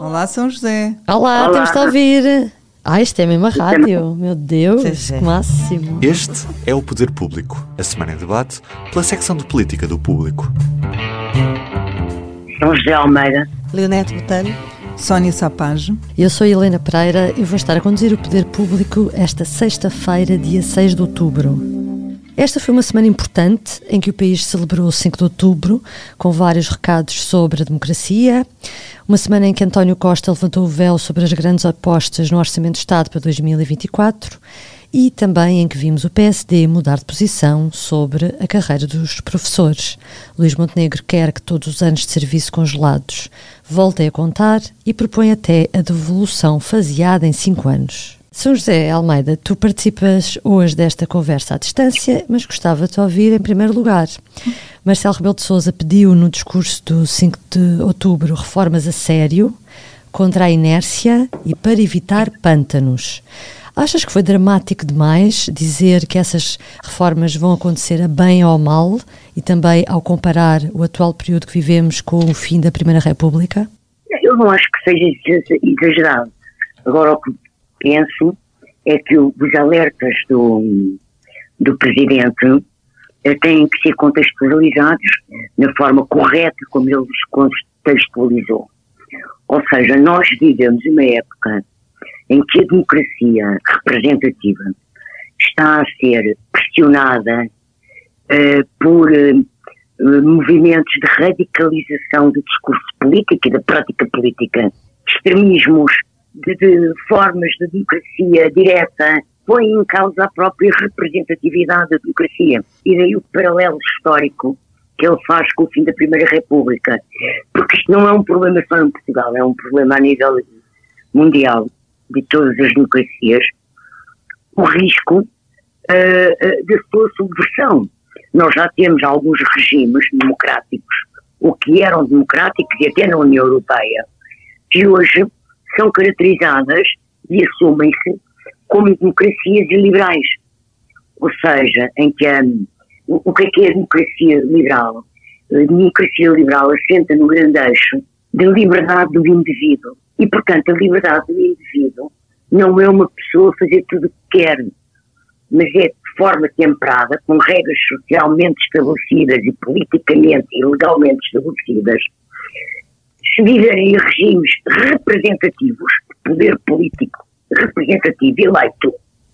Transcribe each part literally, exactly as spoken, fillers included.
Olá, São José. Olá, Olá. temos de ouvir. Ah, isto é mesmo a rádio. Meu Deus, Pois é. que máximo. Este é o Poder Público, a semana em debate pela secção de política do Público. São José Almeida. Leonete Botelho. Sónia Sapage. Eu sou a Helena Pereira e vou estar a conduzir o Poder Público esta sexta-feira, dia seis de outubro. Esta foi uma semana importante em que o país celebrou o cinco de outubro, com vários recados sobre a democracia. Uma semana em que António Costa levantou o véu sobre as grandes apostas no Orçamento de Estado para dois mil e vinte e quatro e também em que vimos o P S D mudar de posição sobre a carreira dos professores. Luís Montenegro quer que todos os anos de serviço congelados voltem a contar e propõe até a devolução faseada em cinco anos. São José Almeida, tu participas hoje desta conversa à distância, mas gostava de ouvir em primeiro lugar. Marcelo Rebelo de Sousa pediu no discurso do cinco de outubro reformas a sério, contra a inércia e para evitar pântanos. Achas que foi dramático demais dizer que essas reformas vão acontecer a bem ou ao mal e também ao comparar o atual período que vivemos com o fim da Primeira República? Eu não acho que seja exagerado. Agora, o que penso é que os alertas do, do Presidente eh, têm que ser contextualizados na forma correta como ele os contextualizou. Ou seja, nós vivemos uma época em que a democracia representativa está a ser pressionada eh, por eh, movimentos de radicalização do discurso político e da prática política, extremismos de, de formas de democracia direta, põe em causa a própria representatividade da democracia. E daí o paralelo histórico que ele faz com o fim da Primeira República. Porque isto não é um problema só em Portugal, é um problema a nível mundial de todas as democracias. O risco uh, uh, da sua subversão. Nós já temos alguns regimes democráticos, ou que eram democráticos e até na União Europeia, que hoje são caracterizadas e assumem-se como democracias liberais. Ou seja, em que um, o, o que é que é a democracia liberal? A democracia liberal assenta no grande eixo da liberdade do indivíduo. E, portanto, a liberdade do indivíduo não é uma pessoa fazer tudo o que quer, mas é de forma temperada, com regras socialmente estabelecidas e politicamente e legalmente estabelecidas. Se viverem em regimes representativos, de poder político representativo eleito,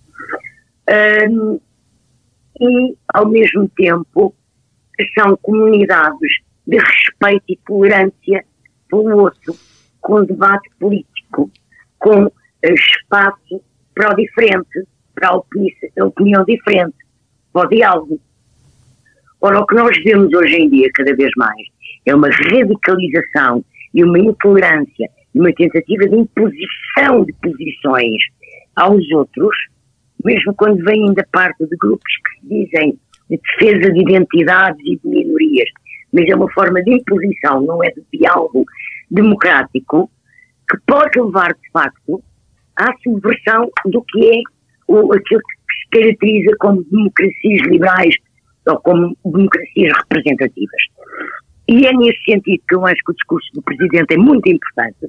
um, e, ao mesmo tempo, são comunidades de respeito e tolerância pelo outro, com debate político, com uh, espaço para o diferente, para a opinião, a opinião diferente, para o diálogo. Ora, o que nós vemos hoje em dia, cada vez mais, é uma radicalização e uma intolerância e uma tentativa de imposição de posições aos outros, mesmo quando vêm da parte de grupos que se dizem de defesa de identidades e de minorias, mas é uma forma de imposição, não é de diálogo democrático, que pode levar, de facto, à subversão do que é o, aquilo que se caracteriza como democracias liberais ou como democracias representativas. E é nesse sentido que eu acho que o discurso do Presidente é muito importante,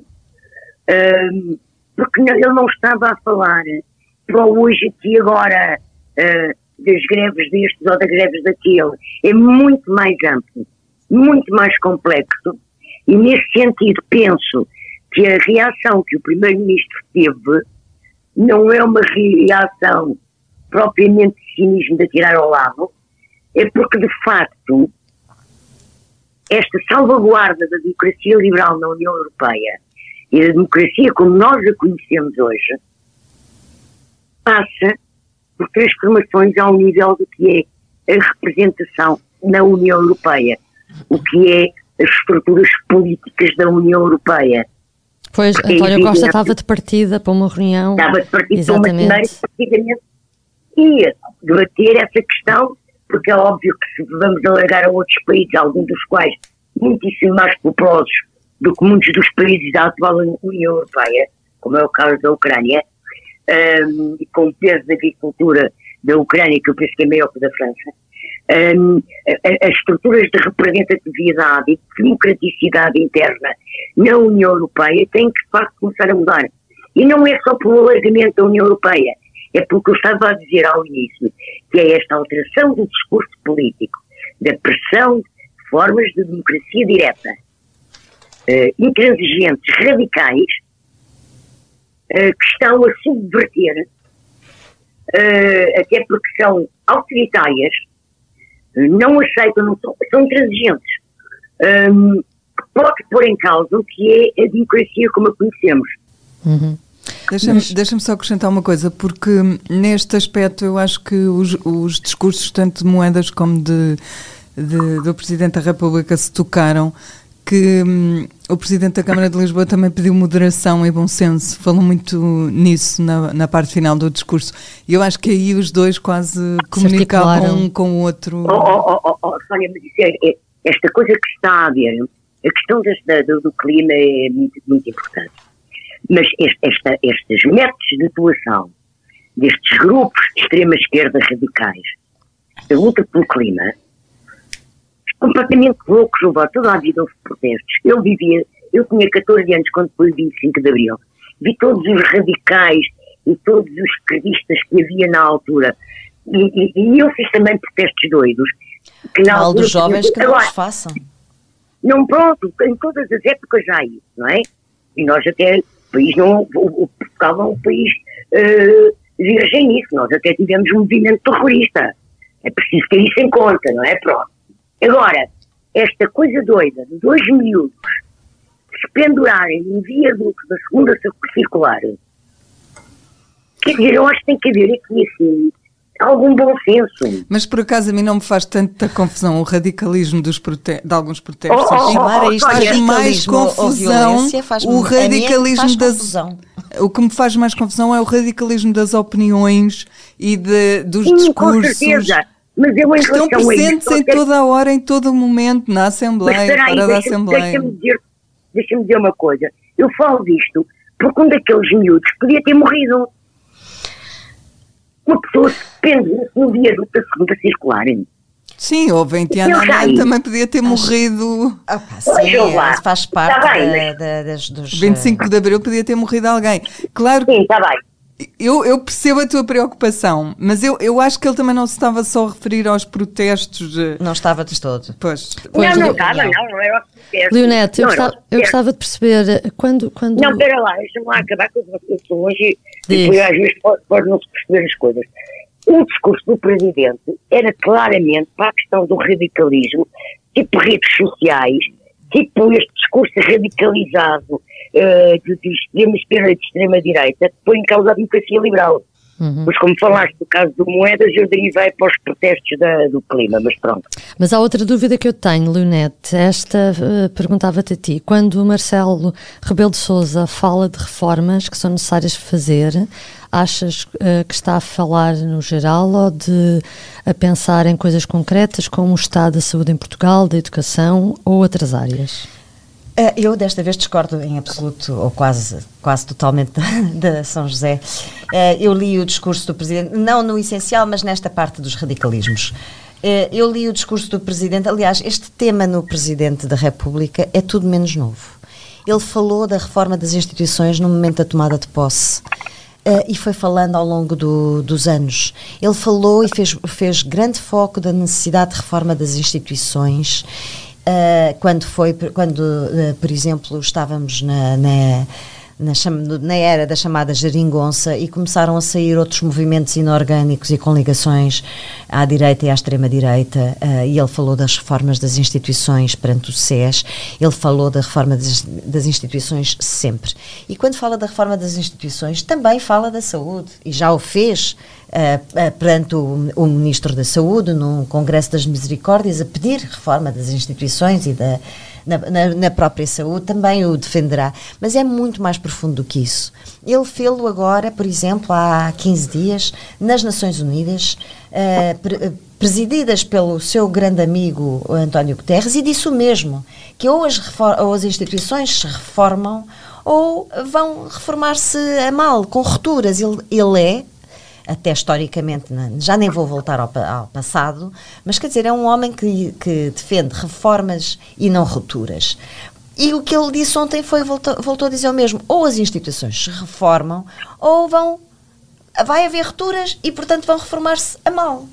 um, porque ele não estava a falar para hoje, aqui e agora, uh, das greves destes ou das greves daquele. É muito mais amplo, muito mais complexo, e nesse sentido penso que a reação que o Primeiro-Ministro teve não é uma reação propriamente de cinismo de atirar ao lado, é porque de facto esta salvaguarda da democracia liberal na União Europeia e da democracia como nós a conhecemos hoje passa por transformações ao nível do que é a representação na União Europeia, o que é as estruturas políticas da União Europeia. Pois, Porque António é Costa estava de partida para uma reunião. Estava de partida para uma Exatamente. cimeira, precisamente, ia debater essa questão, porque é óbvio que se vamos alargar a outros países, alguns dos quais muitíssimo mais populosos do que muitos dos países da atual União Europeia, como é o caso da Ucrânia, um, e com o peso da agricultura da Ucrânia, que eu penso que é maior que o da França, um, as estruturas de representatividade e de democraticidade interna na União Europeia têm que, de facto, começar a mudar. E não é só pelo alargamento da União Europeia, é porque eu estava a dizer ao início, que é esta alteração do discurso político, da pressão de formas de democracia direta, uh, intransigentes, radicais, uh, que estão a subverter, uh, até porque são autoritárias, não aceitam, não são, são intransigentes, um, que pode pôr em causa o que é a democracia como a conhecemos. Uhum. Deixa-me deixa-me só acrescentar uma coisa, porque neste aspecto eu acho que os, os discursos, tanto de Moedas como de, de, do Presidente da República, se tocaram, que hum, o Presidente da Câmara de Lisboa também pediu moderação e bom senso, falou muito nisso na, na parte final do discurso, e eu acho que aí os dois quase comunicavam um com o outro. Oh, oh, oh, oh, Sónia, mas isso é, é, esta coisa que está a haver, a questão desta, do, do clima é muito, muito importante. Mas este, esta, estes métodos de atuação destes grupos de extrema-esquerda radicais, esta luta pelo clima, completamente loucos, houve toda a vida houve protestos. Eu vivia, eu tinha catorze anos quando foi o vinte e cinco de Abril, vi todos os radicais e todos os esquerdistas que havia na altura, e, e, e eu fiz também protestos doidos. Que na Mal altura, dos jovens que não os façam. Não, pronto, em todas as épocas já há isso, não é? E nós até... O país não, o, o Portugal é um país uh, virgem nisso, nós até tivemos um movimento terrorista, é preciso ter isso em conta, não é? Pronto. Agora, esta coisa doida de dois miúdos se pendurarem num viaduto da segunda circular, quer dizer, eu acho que tem que haver aqui assim algum bom senso. Mas por acaso a mim não me faz tanta confusão o radicalismo dos prote- de alguns protestos. Oh, oh, oh, oh, isto faz mais confusão faz o radicalismo das... confusão. O que me faz mais confusão é o radicalismo das opiniões e de, dos Sim, discursos. Com certeza. Mas eu, em que estão presentes em quero... toda a hora, em todo o momento, na Assembleia, Mas, peraí, fora da deixa-me, Assembleia. Deixa-me dizer, deixa-me dizer uma coisa. Eu falo disto porque um daqueles miúdos podia ter morrido. Uma pessoa se pendura no viaduto da segunda circular. Sim, houve em Tiananmen também podia ter morrido. Ah, pá, sim, é, faz parte tá bem, da, da, das, dos... vinte e cinco de Abril podia ter morrido alguém. Claro. Sim, está bem. Eu, eu percebo a tua preocupação, mas eu, eu acho que ele também não se estava só a referir aos protestos. De... Não estava de todo. Pois. Não, não estava, não, não era aos protestos. Leonete, eu, gostava, eu gostava de perceber quando... quando... Não, espera lá, deixa-me lá acabar com as questões e depois às vezes pode, pode não se perceber as coisas. O discurso do Presidente era claramente para a questão do radicalismo, tipo redes sociais, tipo este discurso radicalizado uh, de, de extrema esquerda e de extrema direita, que põe em causa a democracia liberal. Uhum. Mas como falaste do caso do Moedas, eu derivei para os protestos da, do clima, mas pronto. Mas há outra dúvida que eu tenho, Leonete, esta uh, perguntava-te a ti, quando o Marcelo Rebelo de Sousa fala de reformas que são necessárias fazer, achas uh, que está a falar no geral ou de a pensar em coisas concretas como o estado da saúde em Portugal, da educação ou outras áreas? Uh, eu desta vez discordo em absoluto, ou quase, quase totalmente da, da São José. Uh, eu li o discurso do Presidente, não no essencial, mas nesta parte dos radicalismos. Uh, eu li o discurso do Presidente, aliás, este tema no Presidente da República é tudo menos novo. Ele falou da reforma das instituições no momento da tomada de posse. Uh, e foi falando ao longo do, dos anos. Ele falou e fez, fez grande foco da necessidade de reforma das instituições. Uh, quando foi, quando, uh, por exemplo, estávamos na, na, na, cham, na era da chamada geringonça e começaram a sair outros movimentos inorgânicos e com ligações à direita e à extrema-direita, uh, e ele falou das reformas das instituições perante o S E S, ele falou da reforma das, das instituições sempre. E quando fala da reforma das instituições, também fala da saúde, e já o fez Uh, uh, perante o, o Ministro da Saúde, no Congresso das Misericórdias, a pedir reforma das instituições e da, na, na, na própria saúde, também o defenderá. Mas é muito mais profundo do que isso. Ele fê-lo agora, por exemplo, há quinze dias, nas Nações Unidas, uh, pre, uh, presididas pelo seu grande amigo António Guterres, e disse o mesmo, que ou as, refor- ou as instituições se reformam ou vão reformar-se a mal, com rupturas. Ele, ele é até historicamente, já nem vou voltar ao, ao passado, mas quer dizer, é um homem que, que defende reformas e não rupturas. E o que ele disse ontem foi, voltou, voltou a dizer o mesmo, ou as instituições se reformam, ou vão, vai haver rupturas e, portanto, vão reformar-se a mal.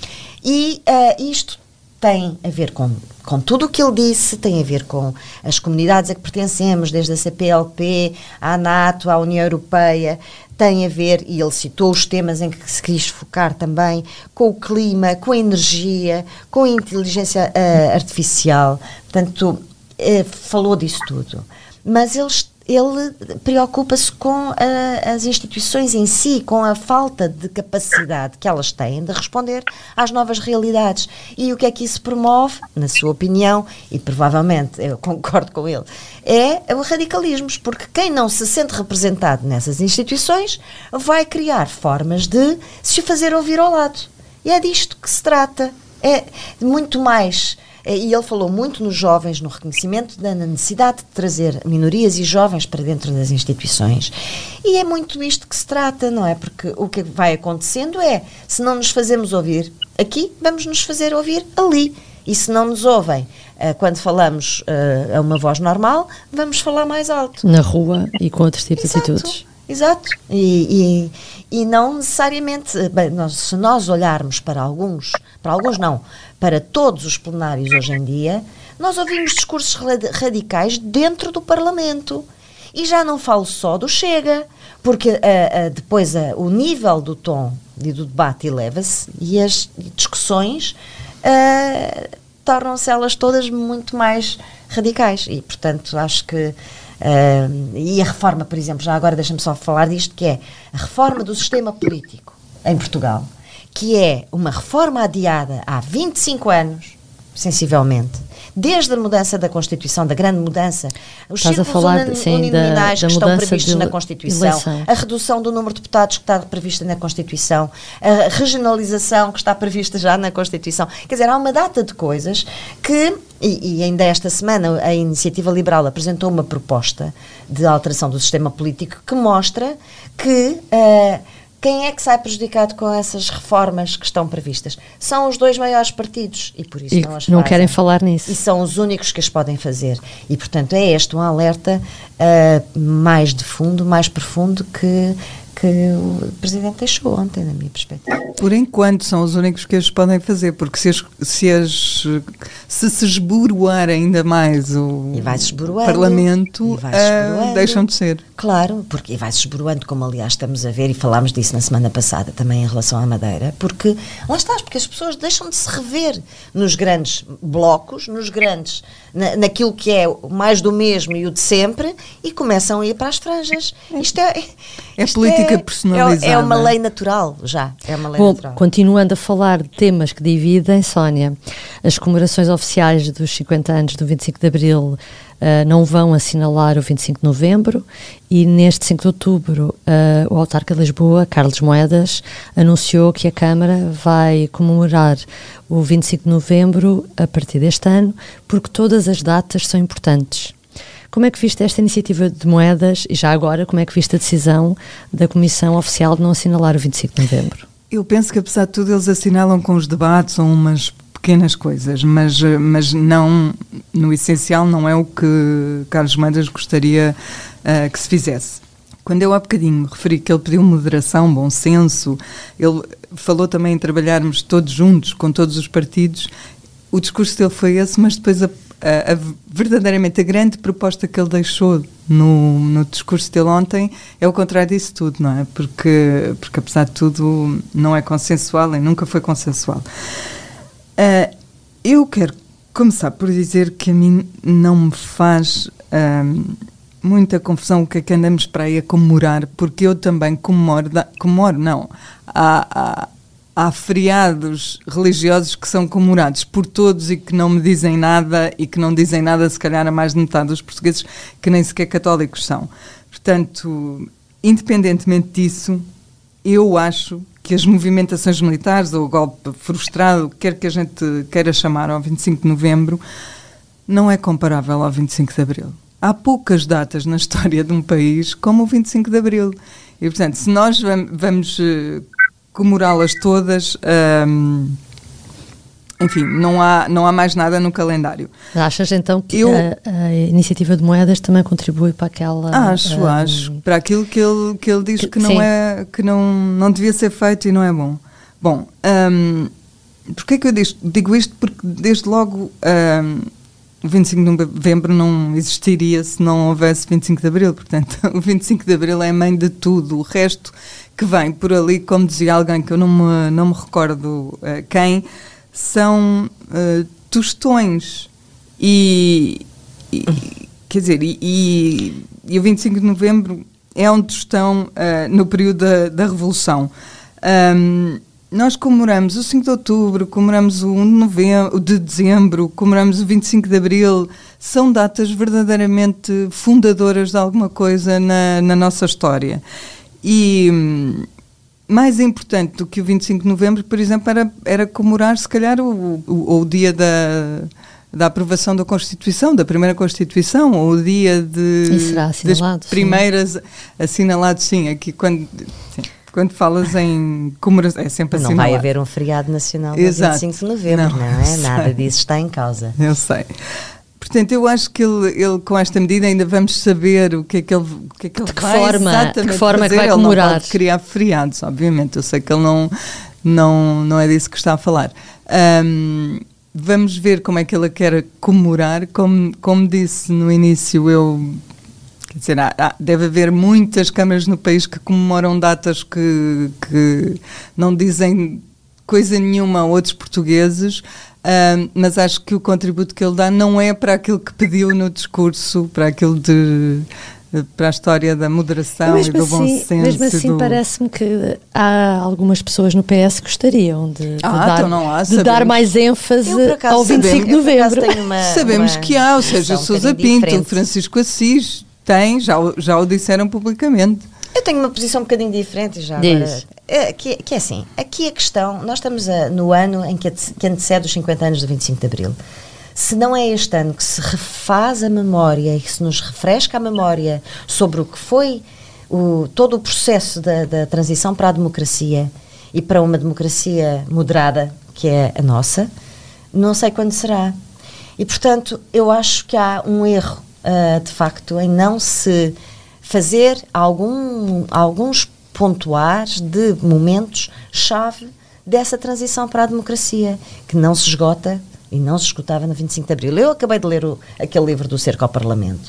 E uh, isto tem a ver com, com tudo o que ele disse, tem a ver com as comunidades a que pertencemos, desde a C P L P, à NATO, à União Europeia, tem a ver, e ele citou os temas em que se quis focar também, com o clima, com a energia, com a inteligência uh, artificial, portanto, uh, falou disso tudo. Mas eles ele preocupa-se com uh, as instituições em si, com a falta de capacidade que elas têm de responder às novas realidades. E o que é que isso promove, na sua opinião, e provavelmente eu concordo com ele, é o radicalismos, porque quem não se sente representado nessas instituições vai criar formas de se fazer ouvir ao lado. E é disto que se trata. É muito mais... E ele falou muito nos jovens, no reconhecimento da necessidade de trazer minorias e jovens para dentro das instituições. E é muito isto que se trata, não é? Porque o que vai acontecendo é, se não nos fazemos ouvir aqui, vamos nos fazer ouvir ali. E se não nos ouvem, uh, quando falamos uh, a uma voz normal, vamos falar mais alto. Na rua e com outros tipos de atitudes. Exato. E, e, e não necessariamente, bem, nós, se nós olharmos para alguns, para alguns não, para todos os plenários hoje em dia, nós ouvimos discursos radicais dentro do Parlamento. E já não falo só do Chega, porque uh, uh, depois uh, o nível do tom e do debate eleva-se e as discussões uh, tornam-se elas todas muito mais radicais. E, portanto, acho que Uh, e a reforma, por exemplo, já agora deixa-me só falar disto, que é a reforma do sistema político em Portugal, que é uma reforma adiada há vinte e cinco anos, sensivelmente, desde a mudança da Constituição, da grande mudança, os Estás círculos uninominais que estão previstos na Constituição, eleições. A redução do número de deputados que está prevista na Constituição, a regionalização que está prevista já na Constituição. Quer dizer, há uma data de coisas que, e, e ainda esta semana a Iniciativa Liberal apresentou uma proposta de alteração do sistema político que mostra que... Uh, quem é que sai prejudicado com essas reformas que estão previstas? São os dois maiores partidos e por isso e não as não fazem. Querem falar nisso. E são os únicos que as podem fazer. E, portanto, é este um alerta uh, mais de fundo, mais profundo que, que o Presidente deixou ontem, na minha perspectiva. Por enquanto são os únicos que as podem fazer, porque se, as, se, as, se se esboroar ainda mais o e vai -se esboroando, Parlamento, e vai -se esboroando, uh, deixam de ser. Claro, porque e vai-se esboroando, como aliás estamos a ver, e falámos disso na semana passada também em relação à Madeira, porque, lá estás, porque as pessoas deixam de se rever nos grandes blocos, nos grandes, na, naquilo que é mais do mesmo e o de sempre, e começam a ir para as franjas. Isto é... É isto política é, personalizada. É, é uma lei natural, já. É uma lei Bom, natural. Continuando a falar de temas que dividem, Sónia, as comemorações oficiais dos cinquenta anos do vinte e cinco de Abril uh, não vão assinalar o vinte e cinco de Novembro e neste cinco de Outubro uh, o autarca de Lisboa, Carlos Moedas, anunciou que a Câmara vai comemorar o vinte e cinco de Novembro a partir deste ano, porque todas as datas são importantes. Como é que viste esta iniciativa de Moedas e já agora como é que viste a decisão da Comissão Oficial de não assinalar o vinte e cinco de Novembro? Eu penso que apesar de tudo eles assinalam com os debates ou umas pequenas coisas, mas, mas não, no essencial não é o que Carlos Moedas gostaria uh, que se fizesse. Quando eu há bocadinho referi que ele pediu moderação, bom senso, ele falou também em trabalharmos todos juntos, com todos os partidos, o discurso dele foi esse, mas depois a A, a, verdadeiramente a grande proposta que ele deixou no, no discurso dele ontem é o contrário disso tudo, não é? Porque, porque apesar de tudo não é consensual e nunca foi consensual. Uh, eu quero começar por dizer que a mim não me faz uh, muita confusão o que é que andamos para aí a comemorar, porque eu também comemoro, da, comemoro não, há... há Há feriados religiosos que são comemorados por todos e que não me dizem nada e que não dizem nada, se calhar, a mais de metade dos portugueses que nem sequer católicos são. Portanto, independentemente disso, eu acho que as movimentações militares ou o golpe frustrado, quer que a gente queira chamar ao vinte e cinco de Novembro, não é comparável ao vinte e cinco de Abril. Há poucas datas na história de um país como o vinte e cinco de Abril. E, portanto, se nós vamos comemorá-las todas. Um, enfim, não há, não há mais nada no calendário. Achas então que Eu, a, a iniciativa de moedas também contribui para aquela... Acho, um, acho. Para aquilo que ele, que ele diz que, que, não, é, que não, não devia ser feito e não é bom. Bom, um, porquê é que eu digo, digo isto? Porque desde logo um, o vinte e cinco de novembro não existiria se não houvesse vinte e cinco de abril. Portanto, o vinte e cinco de abril é a mãe de tudo. O resto que vem por ali, como dizia alguém que eu não me, não me recordo uh, quem... são uh, tostões e, e quer dizer, e, e, e o vinte e cinco de novembro é um tostão uh, no período da, da Revolução. Um, nós comemoramos o cinco de outubro, comemoramos o um de novembro, o de dezembro, comemoramos o vinte e cinco de abril, são datas verdadeiramente fundadoras de alguma coisa na, na nossa história. E... mais importante do que o vinte e cinco de novembro, por exemplo, era, era comemorar, se calhar, o, o, o dia da, da aprovação da Constituição, da primeira Constituição, ou o dia de, e será assinalado, das primeiras... Sim. Assinalado, sim, aqui quando... Sim. Quando falas em comemoração, é sempre assim. Não vai haver um feriado nacional no Exato. vinte e cinco de novembro, não, não é? Nada sei. disso está em causa. Eu sei. Portanto, eu acho que ele, ele, com esta medida, ainda vamos saber o que é que ele, o que é que ele de que vai forma, exatamente de que forma fazer. É que vai ele comemorar. Não pode criar feriados, obviamente. Eu sei que ele não, não, não é disso que está a falar. Um, vamos ver como é que ele quer comemorar. Como, como disse no início, eu... Quer dizer, há, há, deve haver muitas câmaras no país que comemoram datas que, que não dizem coisa nenhuma a outros portugueses, uh, mas acho que o contributo que ele dá não é para aquilo que pediu no discurso, para aquilo de... para a história da moderação e do assim, bom senso. Mesmo assim, do... parece-me que há algumas pessoas no P S que gostariam de, de, ah, dar, então não há, de dar mais ênfase acaso, ao vinte e cinco de novembro. Uma, sabemos uma que há, ou seja, o Sousa Pinto, o Francisco Assis, tem, já, já o disseram publicamente. Eu tenho uma posição um bocadinho diferente já agora. É, que, que é assim, aqui a questão, nós estamos a, no ano em que, que antecede os cinquenta anos do vinte e cinco de abril. Se não é este ano que se refaz a memória e que se nos refresca a memória sobre o que foi o, todo o processo da, da transição para a democracia e para uma democracia moderada, que é a nossa, não sei quando será. E, portanto, eu acho que há um erro, uh, de facto, em não se fazer algum, alguns pontuares de momentos-chave dessa transição para a democracia, que não se esgota e não se esgotava no vinte e cinco de abril. Eu acabei de ler o, aquele livro do Cerco ao Parlamento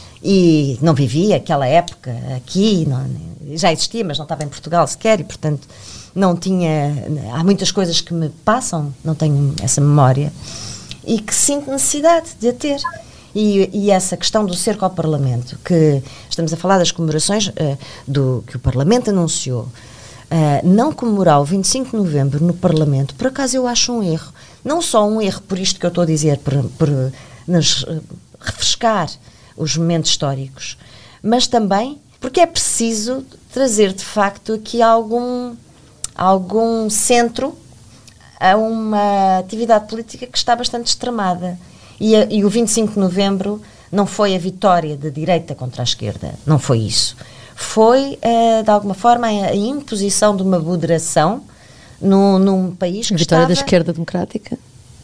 e não vivi aquela época aqui, não, já existia, mas não estava em Portugal sequer e, portanto, não tinha... Há muitas coisas que me passam, não tenho essa memória e que sinto necessidade de a ter. E, e essa questão do cerco ao Parlamento, que estamos a falar das comemorações uh, do, que o Parlamento anunciou, uh, não comemorar o vinte e cinco de novembro no Parlamento, por acaso eu acho um erro. Não só um erro por isto que eu estou a dizer, por, por nos uh, refrescar os momentos históricos, mas também porque é preciso trazer de facto aqui algum, algum centro a uma atividade política que está bastante extremada. E, a, e o vinte e cinco de novembro não foi a vitória da direita contra a esquerda, não foi isso. Foi, uh, de alguma forma, a, a imposição de uma moderação no, num país que a vitória estava... da esquerda democrática?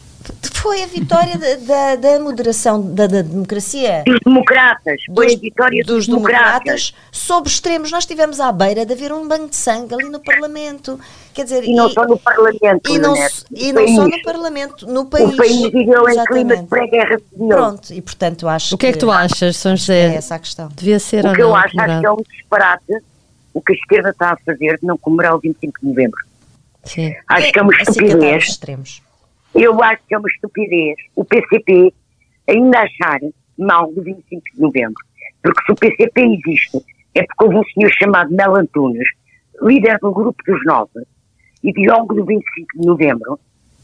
Foi a vitória da, da, da moderação, da, da democracia. Dos democratas. Foi Dos, a vitória dos, dos democratas. democratas sobre extremos. Nós estivemos à beira de haver um banho de sangue ali no Parlamento. Quer dizer, e não e, só no Parlamento. E não, e não só no Parlamento, no país. O país viveu em clima de pré-guerra civil. Pronto, e portanto acho que... O que é que tu achas, São José? É essa a questão. Devia ser o ou que não eu acho, acho que é um disparate o que a esquerda está a fazer de não comemorar o vinte e cinco de novembro. Sim. Acho que é uma estupidez. Extremos. Eu acho que é uma estupidez o P C P ainda achar mal do vinte e cinco de novembro. Porque se o P C P existe, é porque houve um senhor chamado Mel Antunes, líder do grupo dos nove, ideólogo do vinte e cinco de novembro,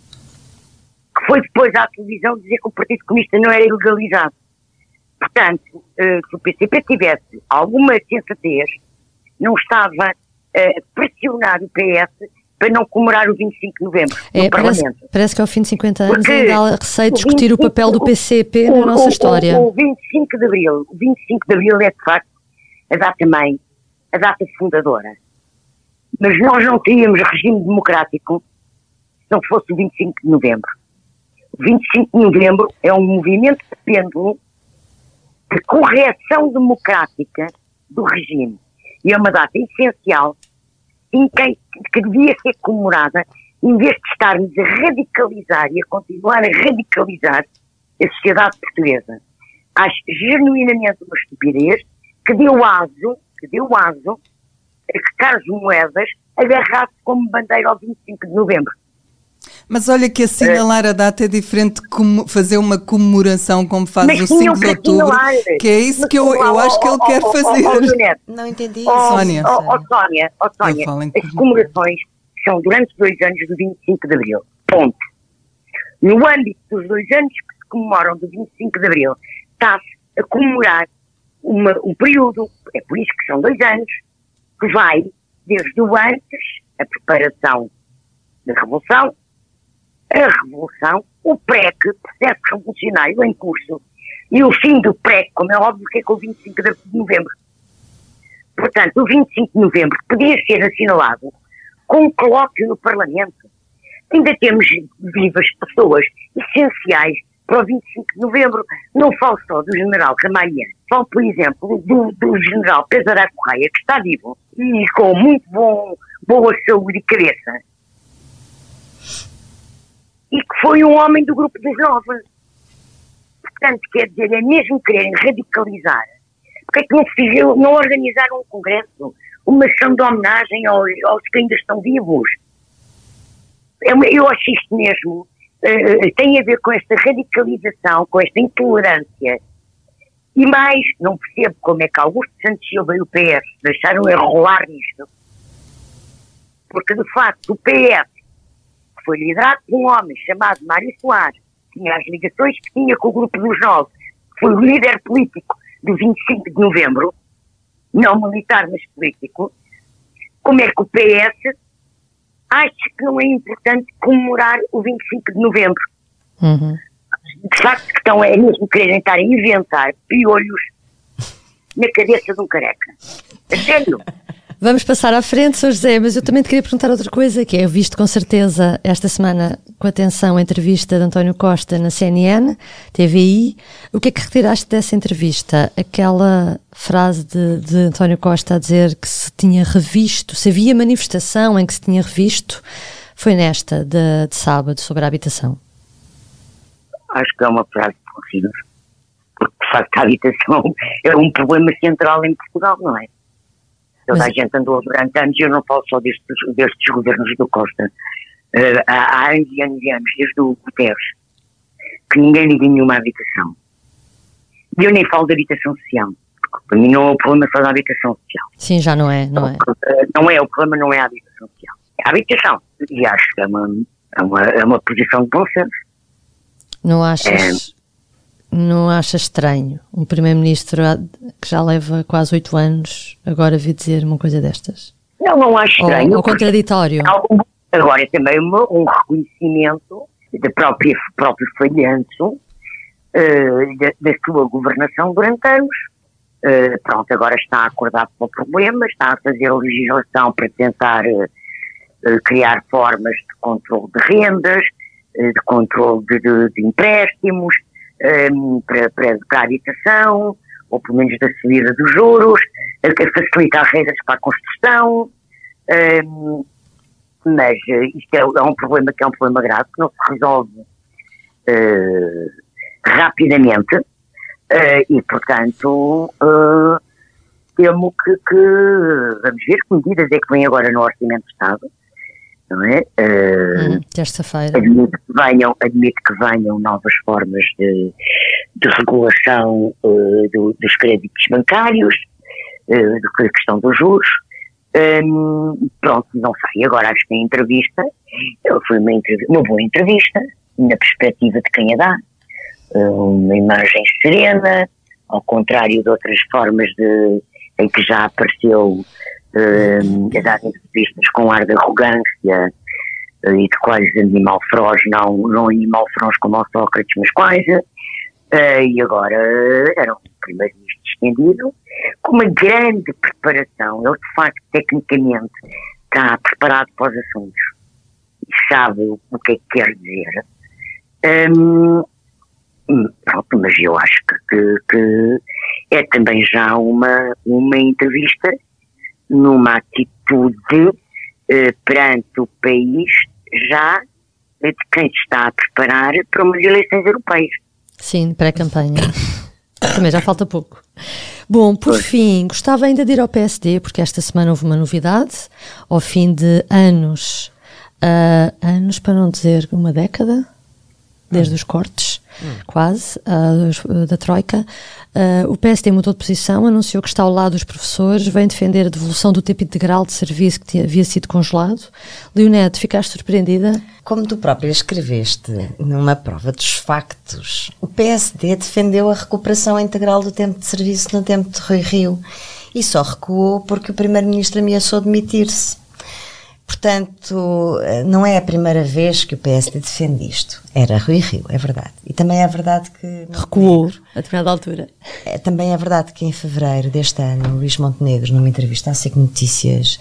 que foi depois à televisão dizer que o Partido Comunista não era ilegalizado. Portanto, se o P C P tivesse alguma sensatez, não estava a pressionar o P S para não comemorar o vinte e cinco de novembro é, no parece, Parlamento. Parece que ao fim de cinquenta anos Porque ainda há receio de discutir o, o papel do P C P o, na nossa o, história. O, o vinte e cinco de abril, o vinte e cinco de abril é de facto a data mãe, a data fundadora. Mas nós não teríamos regime democrático se não fosse o vinte e cinco de novembro. O vinte e cinco de novembro é um movimento de pêndulo de correção democrática do regime. E é uma data essencial em que, que devia ser comemorada, em vez de estarmos a radicalizar e a continuar a radicalizar a sociedade portuguesa. Acho genuinamente uma estupidez que deu aso, que deu aso a que Carlos Moedas agarrasse como bandeira ao vinte e cinco de novembro. Mas olha que assinalar a data é diferente de como fazer uma comemoração como faz Mas o cinco de outubro, que é isso que eu, eu acho que ele quer fazer. Não entendi Oh, isso. Sónia. oh, oh, Sónia, oh, Sónia, as comemorações são durante dois anos do vinte e cinco de abril. Ponto. No âmbito dos dois anos que se comemoram do vinte e cinco de abril, está-se a comemorar uma, um período, é por isso que são dois anos, que vai desde o antes, a preparação da Revolução, a Revolução, o P R E C, processo revolucionário em curso, e o fim do P R E C, como é óbvio que é com o vinte e cinco de novembro. Portanto, o vinte e cinco de novembro podia ser assinalado com um colóquio no Parlamento. Ainda temos vivas pessoas essenciais para o vinte e cinco de novembro. Não falo só do general Ramalhian, falo, por exemplo, do, do general Pesará Correia, que está vivo e com muito bom, boa saúde e cabeça. E que foi um homem do grupo dos Nove. Portanto, quer dizer, é mesmo quererem radicalizar. Porque é que não, fizeram, não organizaram um congresso, uma ação de homenagem aos, aos que ainda estão vivos? Eu, eu acho isto mesmo, uh, tem a ver com esta radicalização, com esta intolerância. E mais, não percebo como é que Augusto Santos Silva e o P S deixaram enrolar nisto. Porque, de facto, o P S foi liderado por um homem chamado Mário Soares, que tinha as ligações que tinha com o grupo dos Nove, que foi o líder político do vinte e cinco de novembro, não militar, mas político. Como é que o P S acha que não é importante comemorar o vinte e cinco de novembro? Uhum. De facto, que estão é mesmo quererem estar a inventar piolhos na cabeça de um careca. É sério? Vamos passar à frente, senhor José, mas eu também te queria perguntar outra coisa, que é, eu visto com certeza esta semana com atenção a entrevista de António Costa na C N N, T V I. O que é que retiraste dessa entrevista? Aquela frase de, de António Costa a dizer que se tinha revisto, se havia manifestação em que se tinha revisto, foi nesta de, de sábado, sobre a habitação. Acho que é uma frase possível, porque de facto a habitação é um problema central em Portugal, não é? Toda Mas... a gente andou durante anos, eu não falo só destes, destes governos do Costa, uh, há, há anos e anos e anos, desde o Guterres, que ninguém liga nenhuma habitação. E eu nem falo de habitação social, porque para mim não é o problema só da habitação social. Sim, já não é, não é? Uh, não é, o problema não é a habitação social. É a habitação. E acho que é uma, é uma, é uma posição de bom senso. Não achas... É... Não acha estranho um primeiro-ministro que já leva quase oito anos agora vir dizer uma coisa destas? Não, não acho estranho. Ou, ou contraditório? Agora é também uma, um reconhecimento do próprio, próprio falhanço uh, da, da sua governação durante anos. Uh, pronto, agora está a acordar para o problema, está a fazer a legislação para tentar uh, uh, criar formas de controle de rendas, uh, de controle de, de, de empréstimos, Um, para, para, para a habitação, ou pelo menos da subida dos juros, a, a facilitar regras para a construção, um, mas uh, isto é, é um problema que é um problema grave, que não se resolve uh, rapidamente, uh, e portanto uh, temo que, que vamos ver que medidas é que vem agora no Orçamento de Estado, não é? Uh, hum, terça-feira. Admito que venham, admito que venham novas formas de, de regulação uh, do, dos créditos bancários, uh, da questão dos juros. Um, pronto, não sei. Agora acho que a entrevista foi uma, uma boa entrevista, na perspectiva de quem a dá. Uma imagem serena, ao contrário de outras formas de, em que já apareceu Uh, a dar entrevistas com ar de arrogância uh, e de quase animal feroz, não, não animal feroz como o Sócrates, mas quase, uh, e agora uh, era um primeiro-ministro estendido, com uma grande preparação. Ele, de facto, tecnicamente, está preparado para os assuntos e sabe o, o que é que quer dizer. Um, pronto, mas eu acho que, que, que é também já uma, uma entrevista numa atitude uh, perante o país já de quem se está a preparar para umas eleições europeias. Sim, pré-campanha. Também já falta pouco. Bom, por pois. fim, gostava ainda de ir ao P S D, porque esta semana houve uma novidade, ao fim de anos, uh, anos para não dizer uma década, desde os cortes, hum. quase, uh, da Troika, uh, o P S D mudou de posição, anunciou que está ao lado dos professores, vem defender a devolução do tempo integral de serviço que tinha, havia sido congelado. Leonete, ficaste surpreendida? Como tu própria escreveste numa prova dos factos, o P S D defendeu a recuperação integral do tempo de serviço no tempo de Rui Rio e só recuou porque o primeiro-ministro ameaçou demitir-se. Portanto, não é a primeira vez que o P S D defende isto. Era Rui Rio, é verdade. E também é verdade que... Recuou a determinada altura. É, também é verdade que em fevereiro deste ano, Luís Montenegro, numa entrevista à S E C Notícias,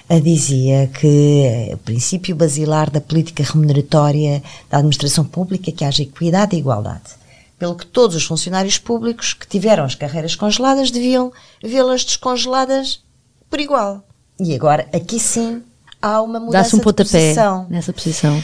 dizia que o princípio basilar da política remuneratória da administração pública é que haja equidade e igualdade. Pelo que todos os funcionários públicos que tiveram as carreiras congeladas deviam vê-las descongeladas por igual. E agora, aqui sim... há uma mudança Dá-se um pontapé de posição. Nessa posição.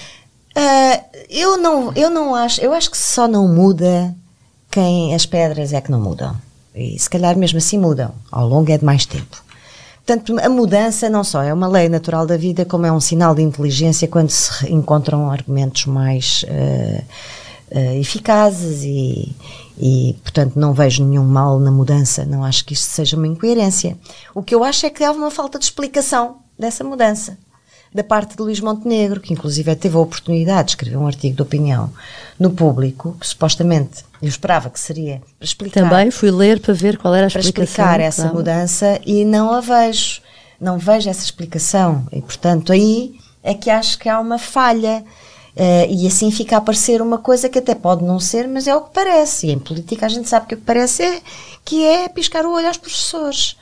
Uh, eu, não, eu não acho, eu acho que só não muda quem as pedras é que não mudam. E se calhar mesmo assim mudam, ao longo é de mais tempo. Portanto, a mudança não só é uma lei natural da vida, como é um sinal de inteligência quando se encontram argumentos mais uh, uh, eficazes e, e, portanto, não vejo nenhum mal na mudança, não acho que isto seja uma incoerência. O que eu acho é que há uma falta de explicação dessa mudança, da parte de Luís Montenegro, que inclusive teve a oportunidade de escrever um artigo de opinião no Público, que supostamente eu esperava que seria para explicar. Também fui ler para ver qual era a explicação. Para explicar essa claro. mudança e não a vejo, não vejo essa explicação e portanto aí é que acho que há uma falha uh, e assim fica a parecer uma coisa que até pode não ser, mas é o que parece, e em política a gente sabe que o que parece é que é piscar o olho aos professores.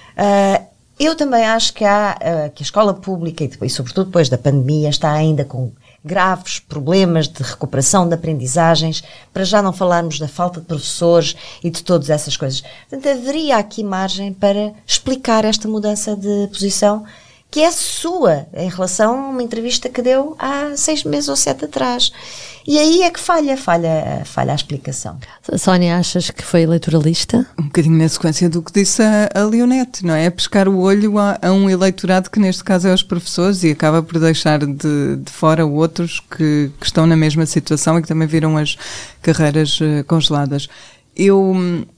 Uh, Eu também acho que, há, uh, que a escola pública, e, depois, e sobretudo depois da pandemia, está ainda com graves problemas de recuperação de aprendizagens, para já não falarmos da falta de professores e de todas essas coisas. Portanto, haveria aqui margem para explicar esta mudança de posição, que é sua, em relação a uma entrevista que deu há seis meses ou sete atrás. E aí é que falha, falha, falha a explicação. Sónia, achas que foi eleitoralista? Um bocadinho na sequência do que disse a, a Leonete, não é? É pescar o olho a, a um eleitorado que neste caso é os professores e acaba por deixar de, de fora outros que, que estão na mesma situação e que também viram as carreiras uh, congeladas. Eu...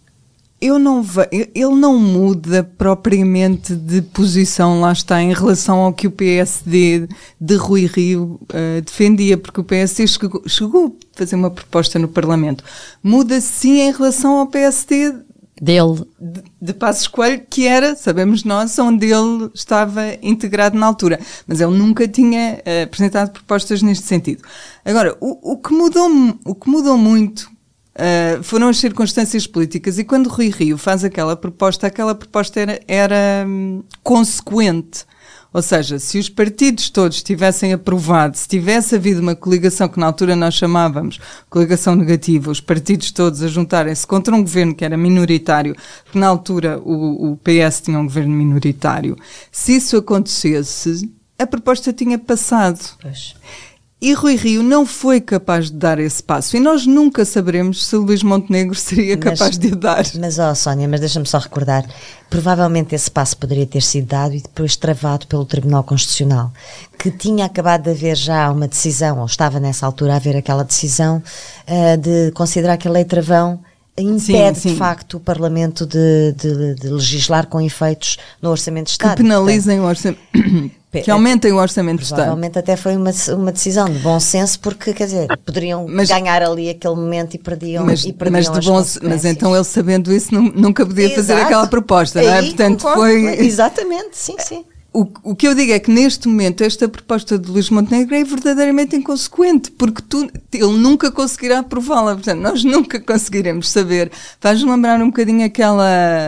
Eu não ve- ele não muda propriamente de posição, lá está, em relação ao que o P S D de Rui Rio uh, defendia, porque o P S D chegou, chegou a fazer uma proposta no Parlamento. Muda sim em relação ao P S D dele, de, de Passos Coelho, que era, sabemos nós, onde ele estava integrado na altura, mas ele nunca tinha uh, apresentado propostas neste sentido. Agora, o, o, que, mudou, o que mudou muito Uh, foram as circunstâncias políticas, e quando Rui Rio faz aquela proposta, aquela proposta era, era hum, consequente. Ou seja, se os partidos todos tivessem aprovado, se tivesse havido uma coligação que na altura nós chamávamos coligação negativa, os partidos todos a juntarem-se contra um governo que era minoritário, porque na altura o, o P S tinha um governo minoritário, se isso acontecesse, a proposta tinha passado. Pois. E Rui Rio não foi capaz de dar esse passo. E nós nunca saberemos se Luís Montenegro seria capaz mas, de o dar. Mas, ó oh, Sónia, mas deixa-me só recordar, provavelmente esse passo poderia ter sido dado e depois travado pelo Tribunal Constitucional, que tinha acabado de haver já uma decisão, ou estava nessa altura a haver aquela decisão, uh, de considerar que a lei travão impede, sim, sim. de facto, o Parlamento de, de, de legislar com efeitos no Orçamento de Estado. Que penalizem o Orçamento... Que aumentem o Orçamento de Estado. Provavelmente até foi uma, uma decisão de bom senso, porque, quer dizer, poderiam mas, ganhar ali aquele momento e perdiam, mas, e perdiam mas, de as bom, mas então ele, sabendo isso, não, nunca podia Exato. fazer aquela proposta, não é? Aí, Portanto, concordo, foi... Exatamente, sim, sim. O, o que eu digo é que neste momento esta proposta de Luís Montenegro é verdadeiramente inconsequente, porque tu, ele nunca conseguirá aprová-la, portanto nós nunca conseguiremos saber. Faz-me lembrar um bocadinho aquela...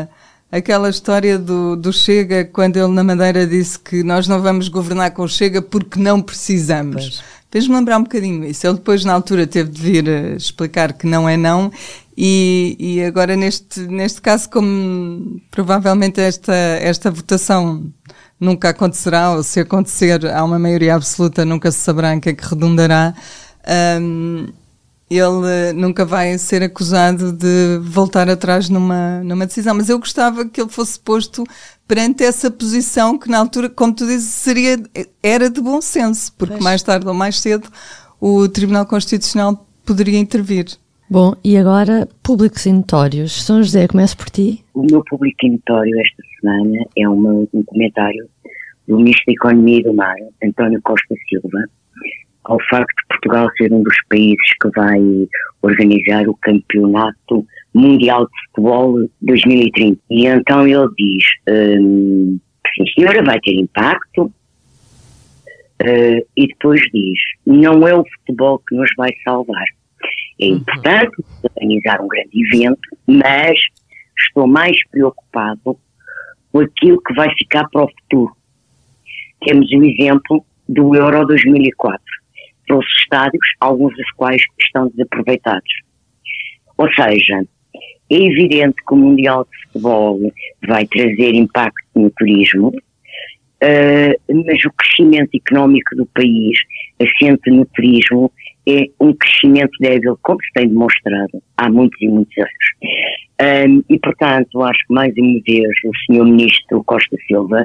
aquela história do, do Chega, quando ele na Madeira disse que nós não vamos governar com o Chega porque não precisamos. Fez-me lembrar um bocadinho isso. Ele depois, na altura, teve de vir explicar que não é não, e, e agora neste, neste caso, como provavelmente esta, esta votação nunca acontecerá, ou se acontecer há uma maioria absoluta, nunca se saberá em que é que redundará, um, ele nunca vai ser acusado de voltar atrás numa, numa decisão. Mas eu gostava que ele fosse posto perante essa posição que na altura, como tu dizes, seria, era de bom senso, porque pois. mais tarde ou mais cedo o Tribunal Constitucional poderia intervir. Bom, e agora, públicos e notórios. São José, começo por ti. O meu público e notório esta semana é uma, um comentário do Ministro da Economia e do Mar, António Costa Silva, ao facto de Portugal ser um dos países que vai organizar o Campeonato Mundial de Futebol dois mil e trinta. E então ele diz, hum, sim senhora, vai ter impacto, uh, e depois diz, não é o futebol que nos vai salvar. É importante organizar um grande evento, mas estou mais preocupado com aquilo que vai ficar para o futuro. Temos o exemplo do Euro dois mil e quatro. Trouxe estádios, alguns dos quais estão desaproveitados. Ou seja, é evidente que o Mundial de Futebol vai trazer impacto no turismo, uh, mas o crescimento económico do país, assente no turismo, é um crescimento débil, como se tem demonstrado há muitos e muitos anos. Um, e, portanto, acho que mais uma vez o senhor Ministro Costa Silva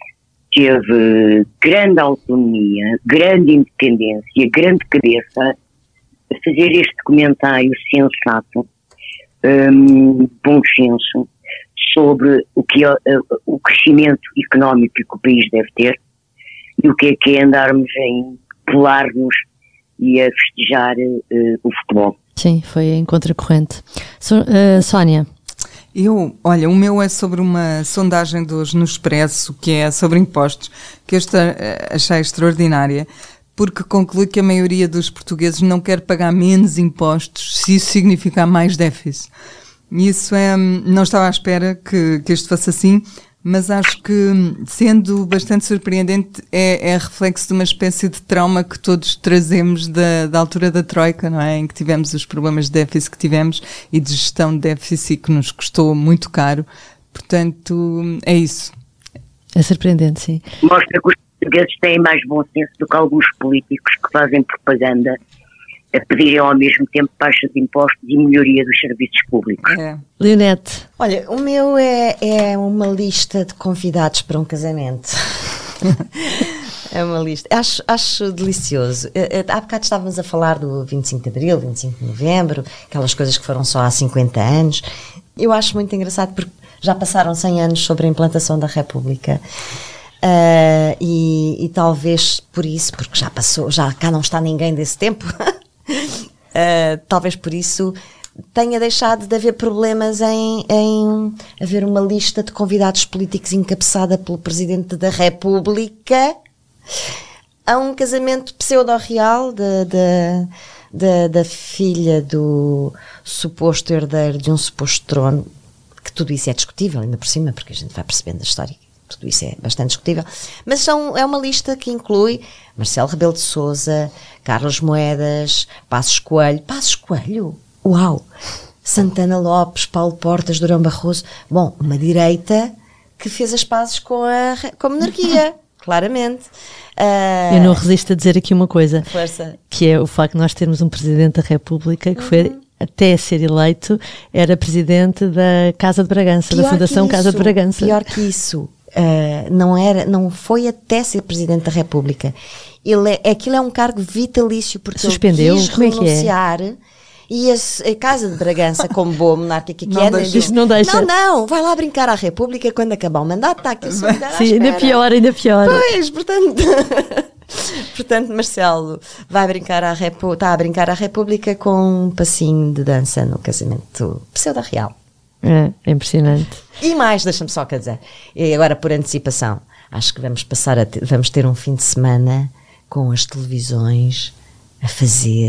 teve grande autonomia, grande independência, grande cabeça a fazer este comentário sensato, um, bom senso, sobre o que é uh, o crescimento económico que o país deve ter e o que é que é andarmos em pular-nos e a festejar uh, o futebol. Sim, foi em contracorrente. So, uh, Sónia? Eu, olha, o meu é sobre uma sondagem de hoje no Expresso, que é sobre impostos, que eu achei extraordinária, porque conclui que a maioria dos portugueses não quer pagar menos impostos se isso significar mais déficit. E isso é, não estava à espera que, que isto fosse assim, mas acho que, sendo bastante surpreendente, é, é reflexo de uma espécie de trauma que todos trazemos da, da altura da Troika, não é? Em que tivemos os problemas de déficit que tivemos e de gestão de déficit que nos custou muito caro. Portanto, é isso. É surpreendente, sim. Mostra que os portugueses têm mais bom senso do que alguns políticos que fazem propaganda a pedirem ao mesmo tempo baixa de impostos e melhoria dos serviços públicos. É. Leonete? Olha, o meu é, é uma lista de convidados para um casamento. É uma lista. Acho, acho delicioso. Há bocado estávamos a falar do vinte e cinco de Abril, vinte e cinco de Novembro, aquelas coisas que foram só há cinquenta anos. Eu acho muito engraçado porque já passaram cem anos sobre a implantação da República. Uh, e, e talvez por isso, porque já passou, já cá não está ninguém desse tempo, uh, talvez por isso tenha deixado de haver problemas em, em haver uma lista de convidados políticos encabeçada pelo Presidente da República a um casamento pseudo-real da, da, da, da filha do suposto herdeiro de um suposto trono, que tudo isso é discutível, ainda por cima, porque a gente vai percebendo a história. Tudo isso é bastante discutível, mas são, é uma lista que inclui Marcelo Rebelo de Sousa, Carlos Moedas, Passos Coelho, Passos Coelho, uau, Santana Lopes, Paulo Portas, Durão Barroso, bom, uma direita que fez as pazes com a, com a monarquia, claramente. Uh, Eu não resisto a dizer aqui uma coisa, força. Que é o facto de nós termos um Presidente da República que uhum. foi, até ser eleito, era Presidente da Casa de Bragança, pior da Fundação isso, Casa de Bragança. Pior que isso. Uh, não, era, não foi até ser Presidente da República. Ele é, aquilo é um cargo vitalício porque suspendeu. Ele quis Como renunciar é que é? E a, a Casa de Bragança, como boa monarca que não é, deixa, diz, não deixa. Não, não, vai lá brincar à República quando acabar o mandato, está aqui o seu lugar à Sim, espera. ainda pior, ainda pior. Pois, portanto, portanto Marcelo vai brincar à Repu, está a brincar à República com um passinho de dança no casamento pseudo-real. É, é impressionante. E mais, deixa-me só quer dizer, e agora por antecipação, acho que vamos passar a ter, vamos ter um fim de semana com as televisões a fazer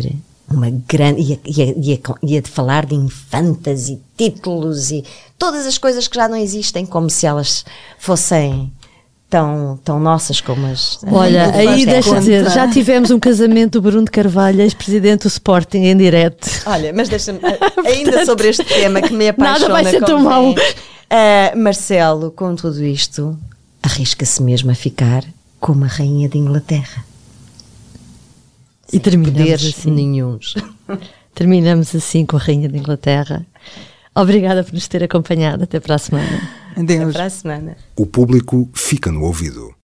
uma grande, ia, ia, ia, ia de falar de infantas e títulos e todas as coisas que já não existem, como se elas fossem tão, tão nossas como as... Olha, aí deixa dizer, já tivemos um casamento do Bruno de Carvalho, ex-presidente do Sporting, em direto. Olha, mas deixa-me, ainda sobre este tema que me apaixona. Nada vai ser tão mau. Uh, Marcelo, com tudo isto, arrisca-se mesmo a ficar como a rainha de Inglaterra. E terminamos assim. Nenhuns. Terminamos assim com a Rainha de Inglaterra. Obrigada por nos ter acompanhado. Até para a semana. Adeus. Até para a semana. O público fica no ouvido.